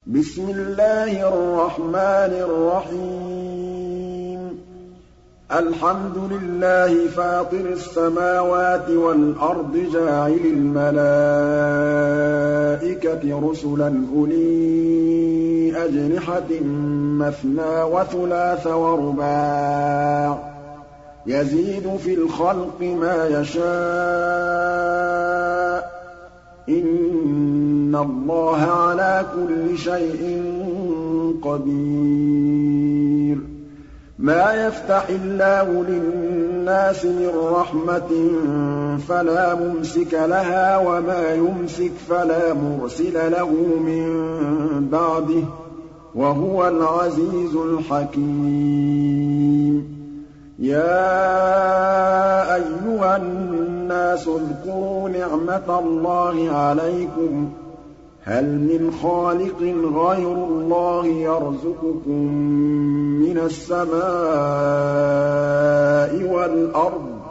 بسم الله الرحمن الرحيم الحمد لله فاطر السماوات والأرض جاعل الملائكة رسلا أولي أجنحة مثنى وثلاث ورباع يزيد في الخلق ما يشاء إِنَّ اللَّهَ عَلَىٰ كُلِّ شَيْءٍ قَدِيرٌ مَا يَفْتَحِ اللَّهُ لِلنَّاسِ مِن رَّحْمَةٍ فَلَا مُمْسِكَ لَهَا وَمَا يُمْسِكْ فَلَا مُرْسِلَ لَهُ مِن بَعْدِهِ ۚ وَهُوَ الْعَزِيزُ الْحَكِيمُ يَا أَيُّهَا النَّاسُ اذْكُرُوا نِعْمَةَ اللَّهِ عَلَيْكُمْ ۚ هَلْ مِنْ خَالِقٍ غَيْرُ اللَّهِ يَرْزُقُكُم مِّنَ السَّمَاءِ وَالْأَرْضِ ۚ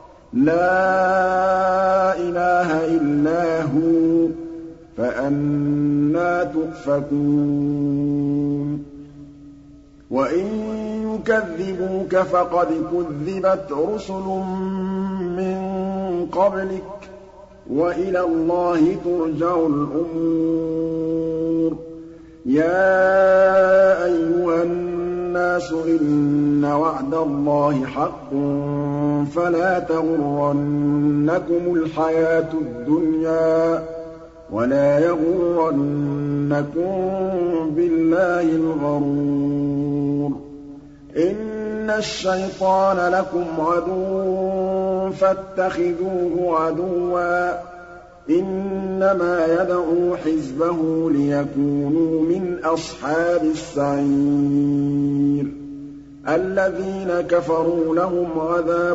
لَا إِلَٰهَ إِلَّا هُوَ ۖ فَأَنَّىٰ تُؤْفَكُونَ وَإِن يُكَذِّبُوكَ فَقَدْ كُذِّبَتْ رُسُلٌ مِّن قَبْلِكَ ۚ وَإِلَى اللَّهِ تُرْجَعُ الْأُمُورُ يَا أَيُّهَا النَّاسُ إِنَّ وَعْدَ اللَّهِ حَقٌّ فَلَا تَغُرَّنَّكُمُ الْحَيَاةُ الدُّنْيَا ۖ وَلَا يَغُرَّنَّكُم بِاللَّهِ الْغَرُورُ إِنَّ الشَّيْطَانَ لَكُمْ عَدُوٌّ فَاتَّخِذُوهُ عَدُوًّا ۚ إِنَّمَا يَدْعُو حِزْبَهُ لِيَكُونُوا مِنْ أَصْحَابِ السَّعِيرِ الَّذِينَ كَفَرُوا لَهُمْ عَذَابٌ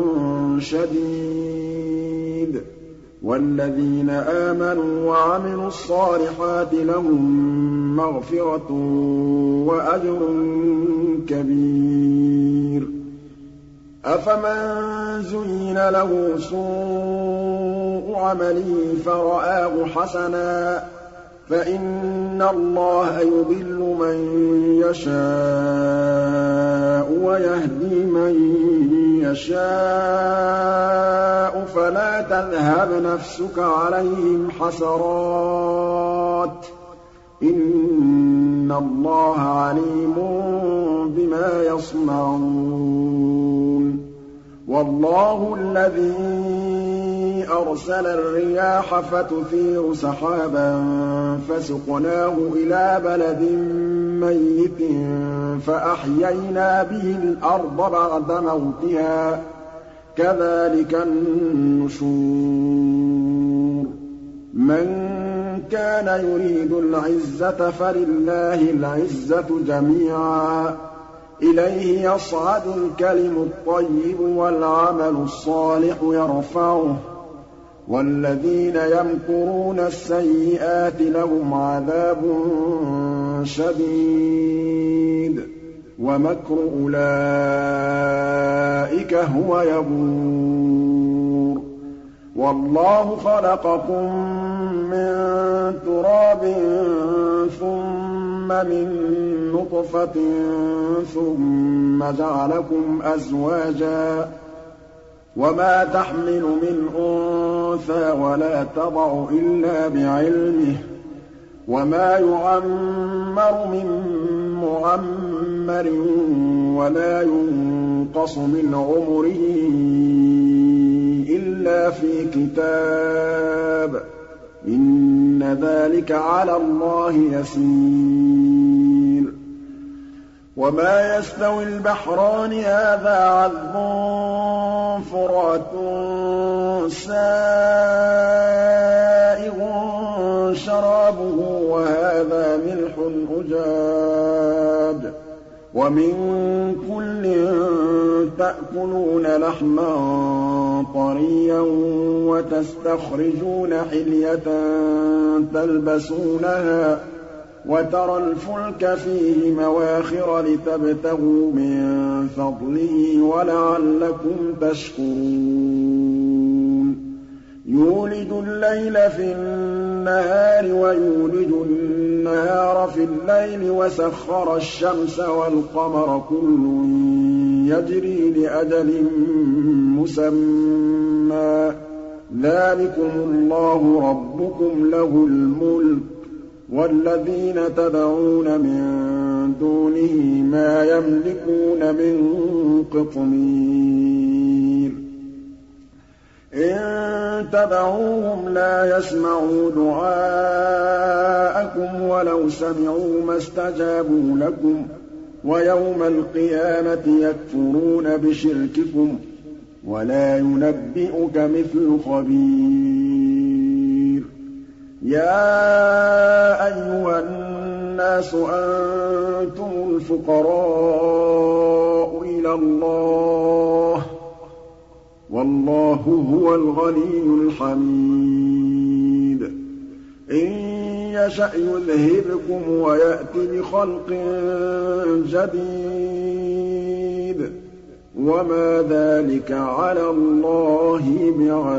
شَدِيدٌ ۖ وَالَّذِينَ آمَنُوا وَعَمِلُوا الصَّالِحَاتِ لَهُم مَّغْفِرَةٌ وَأَجْرٌ كَبِيرٌ أَفَمَن زُيِّنَ لَهُ سُوءُ عَمَلِهِ فَرَآهُ حَسَنًا فَإِنَّ اللَّهَ يُضِلُّ مَن يَشَاءُ وَيَهْدِي مَن يَشَاءُ فَلَا تَذْهَبْ نَفْسُكَ عَلَيْهِمْ حَسَرَاتٍ ۚ إِنَّ اللَّهَ عَلِيمٌ بِمَا يَصْنَعُونَ وَاللَّهُ الَّذِي أَرْسَلَ الرِّيَاحَ فَتُثِيرُ سَحَابًا فَسُقْنَاهُ إِلَىٰ بَلَدٍ مَّيِّتٍ فَأَحْيَيْنَا بِهِ الْأَرْضَ بَعْدَ مَوْتِهَا ۚ كَذَٰلِكَ النُّشُورُ مَن كَانَ يُرِيدُ الْعِزَّةَ فَلِلَّهِ الْعِزَّةُ جَمِيعًا ۚ إِلَيْهِ يَصْعَدُ الْكَلِمُ الطَّيِّبُ وَالْعَمَلُ الصَّالِحُ يَرْفَعُهُ ۚ وَالَّذِينَ يَمْكُرُونَ السَّيِّئَاتِ لَهُمْ عَذَابٌ شَدِيدٌ ۖ وَمَكْرُ أُولَٰئِكَ هُوَ يَبُورُ وَاللَّهُ خَلَقَكُم مِّن تُرَابٍ ثُمَّ مِن نُّطْفَةٍ ثُمَّ جَعَلَكُمْ أَزْوَاجًا ۚ وَمَا تَحْمِلُ مِنْ أُنثَىٰ وَلَا تَضَعُ إِلَّا بِعِلْمِهِ ۚ وَمَا يُعَمَّرُ مِن مُّعَمَّرٍ وَلَا يُنقَصُ مِنْ عُمُرِهِ إِلَّا فِي كِتَابٍ ۚ إِنَّ ذَٰلِكَ عَلَى اللَّهِ يَسِيرٌ وَمَا يَسْتَوِي الْبَحْرَانِ هَٰذَا عَذْبٌ فُرَاتٌ سَائِغٌ شَرَابُهُ وَهَٰذَا مِلْحٌ أُجَاجٌ وَمِن كُلٍّ تَأْكُلُونَ لَحْمًا طَرِيًّا وَتَسْتَخْرِجُونَ حِلْيَةً تَلْبَسُونَهَا وَتَرَى الْفُلْكَ فِيهِ مَوَاخِرَ لِتَبْتَغُوا مِن فَضْلِهِ وَلَعَلَّكُمْ تَشْكُرُونَ يُولِجُ اللَّيْلَ فِي النَّهَارِ وَيُولِجُ النَّهَارَ في الليل وسخر الشمس والقمر كل يجري لأجل مسمى ذلكم الله ربكم له الملك والذين تدعون من دونه ما يملكون من قطمير إن تدعوهم لا يسمعوا دعاءكم ولو سمعوا ما استجابوا لكم ويوم القيامة يكفرون بشرككم ولا ينبئك مثل خبير يا أيها الناس أنتم الفقراء إلى الله والله هو الغني الحميد إن يشأ يذهبكم ويأت بخلق جديد وما ذلك على الله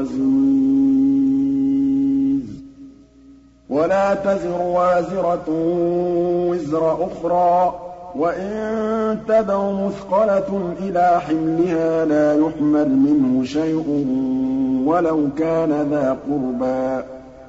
بعزيز ولا تزر وازرة وزر أخرى وإن تدع مثقلة إلى حملها لا يحمل منه شيء ولو كان ذا قربى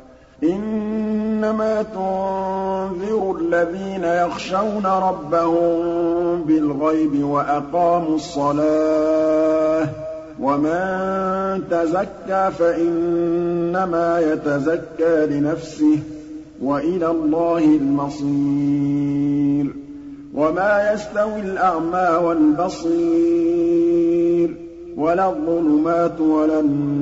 إنما تنذر الذين يخشون ربهم بالغيب وأقاموا الصلاة ومن تزكى فإنما يتزكى لنفسه وإلى الله المصير وما يستوي الأعمى والبصير ولا الظلمات ولا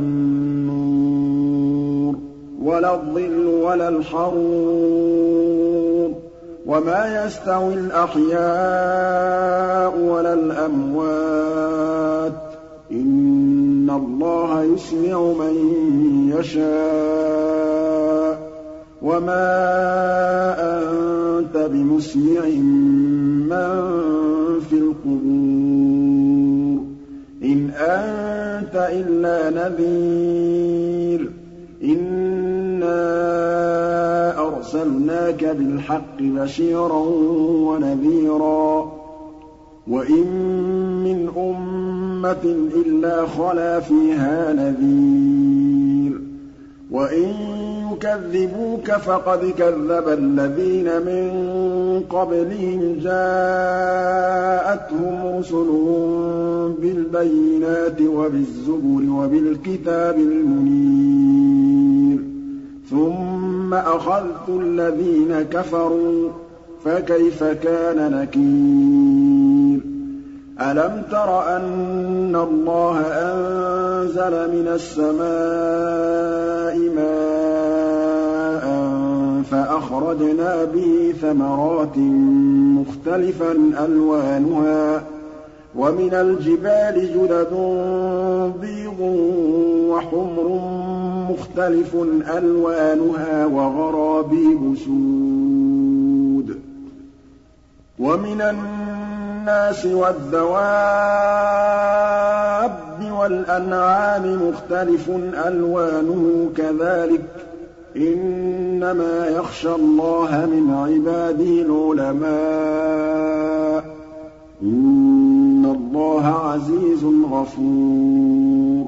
النور ولا الظل ولا الحرور وما يستوي الأحياء ولا الأموات إن الله يسمع من يشاء وما أنت بمسمع من في القبور إن أنت إلا نذير إنا أرسلناك بالحق بشيرا ونذيرا وإن من أمة إلا خلا فيها نذير وإن يكذبوك فقد كذب الذين من قبلهم جاءتهم رسلهم بالبينات وبالزبر وبالكتاب المنير ثم أخذت الذين كفروا فكيف كان نكير ألم تر أن الله أنزل من السماء ماء فأخرجنا به ثمرات مختلفا ألوانها ومن الجبال جدد بيض وحمر مختلف ألوانها وغرابيب سود ومن الناس والدواب والأنعام مختلف ألوانه كذلك إنما يخشى الله من عباده العلماء إن الله عزيز غفور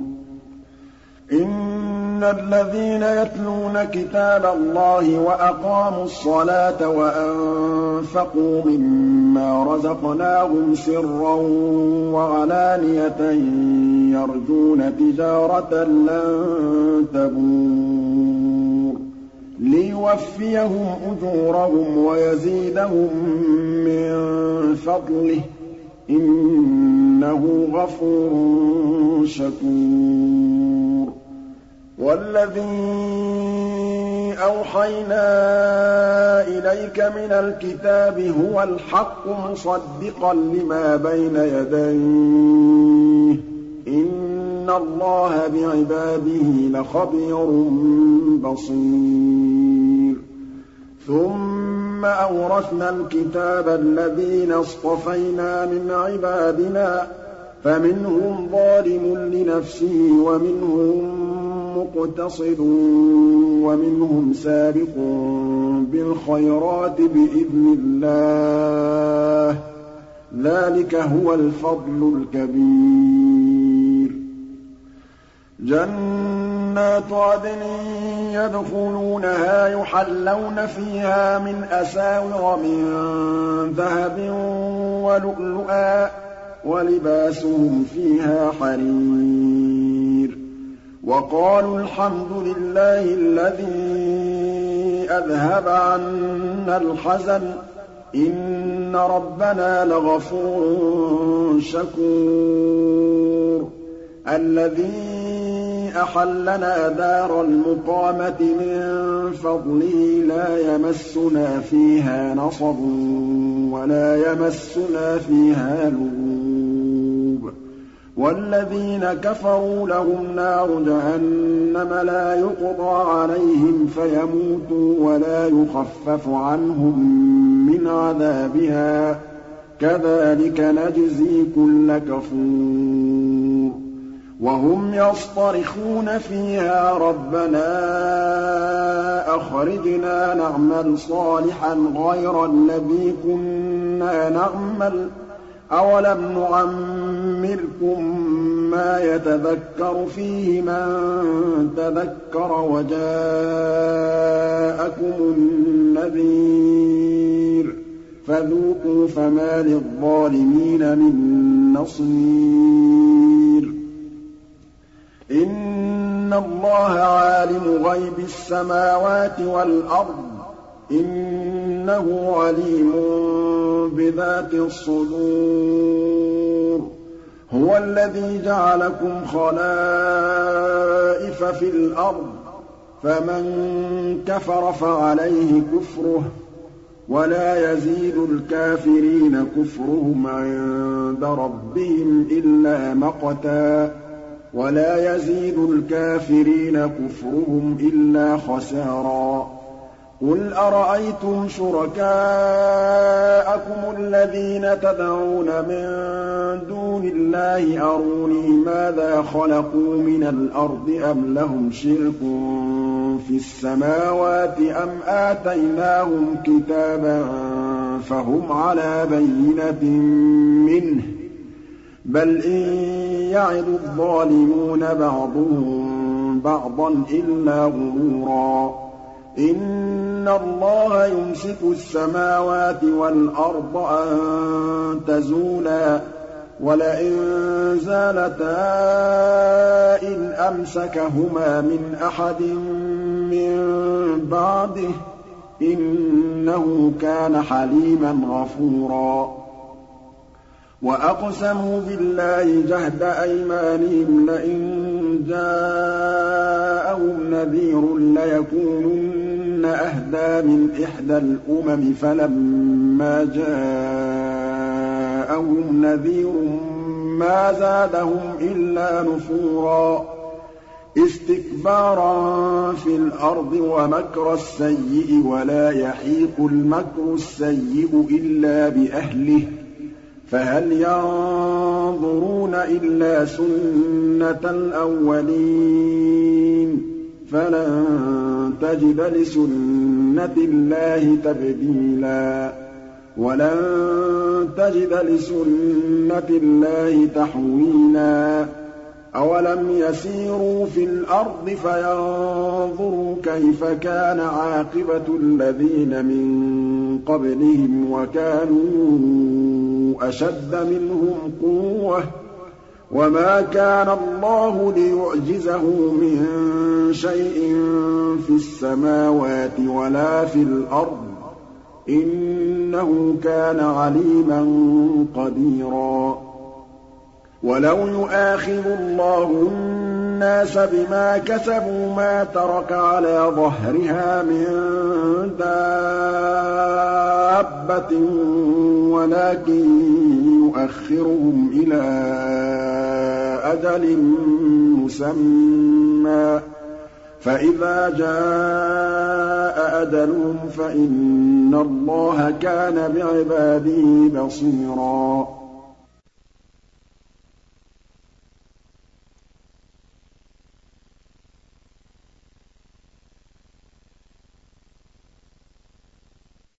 إن الذين يتلون كتاب الله وأقاموا الصلاة وأنفقوا مما رزقناهم سرا وعلانية يرجون تجارة لن تبور ليوفيهم أجورهم ويزيدهم من فضله إنه غفور شكور والذي أوحينا إليك من الكتاب هو الحق مصدقا لما بين يديه إن الله بعباده لخبير بصير ثم أورثنا الكتاب الذين اصطفينا من عبادنا فمنهم ظالم لنفسه ومنهم مُقْتَصِدٌ وَمِنْهُمْ سَابِقٌ بِالْخَيْرَاتِ بِإِذْنِ اللَّهِ ۚ ذَٰلِكَ هُوَ الْفَضْلُ الْكَبِيرُ. جَنَّاتُ عَدْنٍ يَدْخُلُونَهَا يُحَلَّوْنَ فِيهَا مِنْ أَسَاوِرَ مِن ذَهَبٍ وَلُؤْلُؤًا ۖ وَلِبَاسُهُمْ فِيهَا حَرِيرٌ. وَقَالُوا الْحَمْدُ لِلَّهِ الَّذِي أَذْهَبَ عَنَّا الْحَزَنَ ۖ إِنَّ رَبَّنَا لَغَفُورٌ شَكُورٌ. الَّذِي أَحَلَّنَا دَارَ الْمُقَامَةِ مِن فَضْلِهِ لَا يَمَسُّنَا فِيهَا نَصَبٌ وَلَا يَمَسُّنَا فِيهَا لُغُوبٌ. وَالَّذِينَ كَفَرُوا لَهُمْ نَارُ جَهَنَّمَ لَا يُقْضَىٰ عَلَيْهِمْ فَيَمُوتُوا وَلَا يُخَفَّفُ عَنْهُم مِّنْ عَذَابِهَا ۚ كَذَٰلِكَ نَجْزِي كُلَّ كَفُورٍ. وَهُمْ يَصْطَرِخُونَ فِيهَا رَبَّنَا أَخْرِجْنَا نَعْمَلْ صَالِحًا غَيْرَ الَّذِي كُنَّا نَعْمَلُ ۚ أَوَلَمْ نُعَمِّرْكُم مَّا يَتَذَكَّرُ فِيهِ مَن تَذَكَّرَ وَجَاءَكُمُ النَّذِيرُ ۖ فَذُوقُوا فَمَا لِلظَّالِمِينَ مِن نَّصِيرٍ. إِنَّ اللَّهَ عَالِمُ غَيْبِ السَّمَاوَاتِ وَالْأَرْضِ ۚ إِنَّهُ عَلِيمٌ بِذَاتِ الصُّدُورِ. هُوَ الَّذِي جَعَلَكُمْ خَلَائِفَ فِي الْأَرْضِ ۚ فَمَن كَفَرَ فَعَلَيْهِ كُفْرُهُ ۖ وَلَا يَزِيدُ الْكَافِرِينَ كُفْرُهُمْ عِندَ رَبِّهِمْ إِلَّا مَقْتًا ۖ وَلَا يَزِيدُ الْكَافِرِينَ كُفْرُهُمْ إِلَّا خَسَارًا. قُلْ أَرَأَيْتُمْ شُرَكَاءَكُمُ الَّذِينَ تَدْعُونَ مِن دُونِ اللَّهِ أَرُونِي مَاذَا خَلَقُوا مِنَ الْأَرْضِ أَمْ لَهُمْ شِرْكٌ فِي السَّمَاوَاتِ أَمْ آتَيْنَاهُمْ كِتَابًا فَهُمْ عَلَىٰ بَيِّنَةٍ مِّنْهُ ۚ بَلْ إِن يَعِدُ الظَّالِمُونَ بَعْضُهُم بَعْضًا إِلَّا غُرُورًا. إِنَّ اللَّهَ يُمْسِكُ السَّمَاوَاتِ وَالْأَرْضَ أَن تَزُولَا ۚ وَلَئِن زَالَتَا إِنْ أَمْسَكَهُمَا مِنْ أَحَدٍ مِّن بَعْدِهِ ۚ إِنَّهُ كَانَ حَلِيمًا غَفُورًا. وَأَقْسَمُوا بِاللَّهِ جَهْدَ أَيْمَانِهِمْ لَئِن جَاءَهُمْ نَذِيرٌ لَّيَكُونُنَّ أَهْدَىٰ مِنْ إِحْدَى الْأُمَمِ فَلَمَّا جَاءَهُمْ نَذِيرٌ مَّا زَادَهُمْ إِلَّا نُفُورًا. اسْتِكْبَارًا فِي الْأَرْضِ وَمَكْرَ السَّيِّئِ ۚ وَلَا يَحِيقُ الْمَكْرُ السَّيِّئُ إِلَّا بِأَهْلِهِ ۚ فَهَلْ يَنظُرُونَ إِلَّا سُنَّتَ الْأَوَّلِينَ ۚ فَلَن تَجِدَ لِسُنَّةِ اللَّهِ تَبْدِيلًا ۖ وَلَن تَجِدَ لِسُنَّةِ اللَّهِ تَحْوِيلًا. أَوَلَمْ يَسِيرُوا فِي الْأَرْضِ فَيَنظُرُوا كَيْفَ كَانَ عَاقِبَةُ الَّذِينَ مِن قَبْلِهِمْ وَكَانُوا أَشَدَّ مِنْهُمْ قُوَّةً ۚ وَمَا كَانَ اللَّهُ لِيُعْجِزَهُ مِن شَيْءٍ فِي السَّمَاوَاتِ وَلَا فِي الْأَرْضِ ۚ إِنَّهُ كَانَ عَلِيمًا قَدِيرًا. وَلَوْ يُؤَاخِذُ اللَّهُ النَّاسَ بِمَا كَسَبُوا مَا تَرَكَ عَلَىٰ ظَهْرِهَا مِن دَابَّةٍ وَلَٰكِن يُؤَخِّرُهُمْ إِلَىٰ أَجَلٍ مُّسَمًّى ۖ فَإِذَا جَاءَ أَجَلُهُمْ فَإِنَّ اللَّهَ كَانَ بِعِبَادِهِ بَصِيرًا.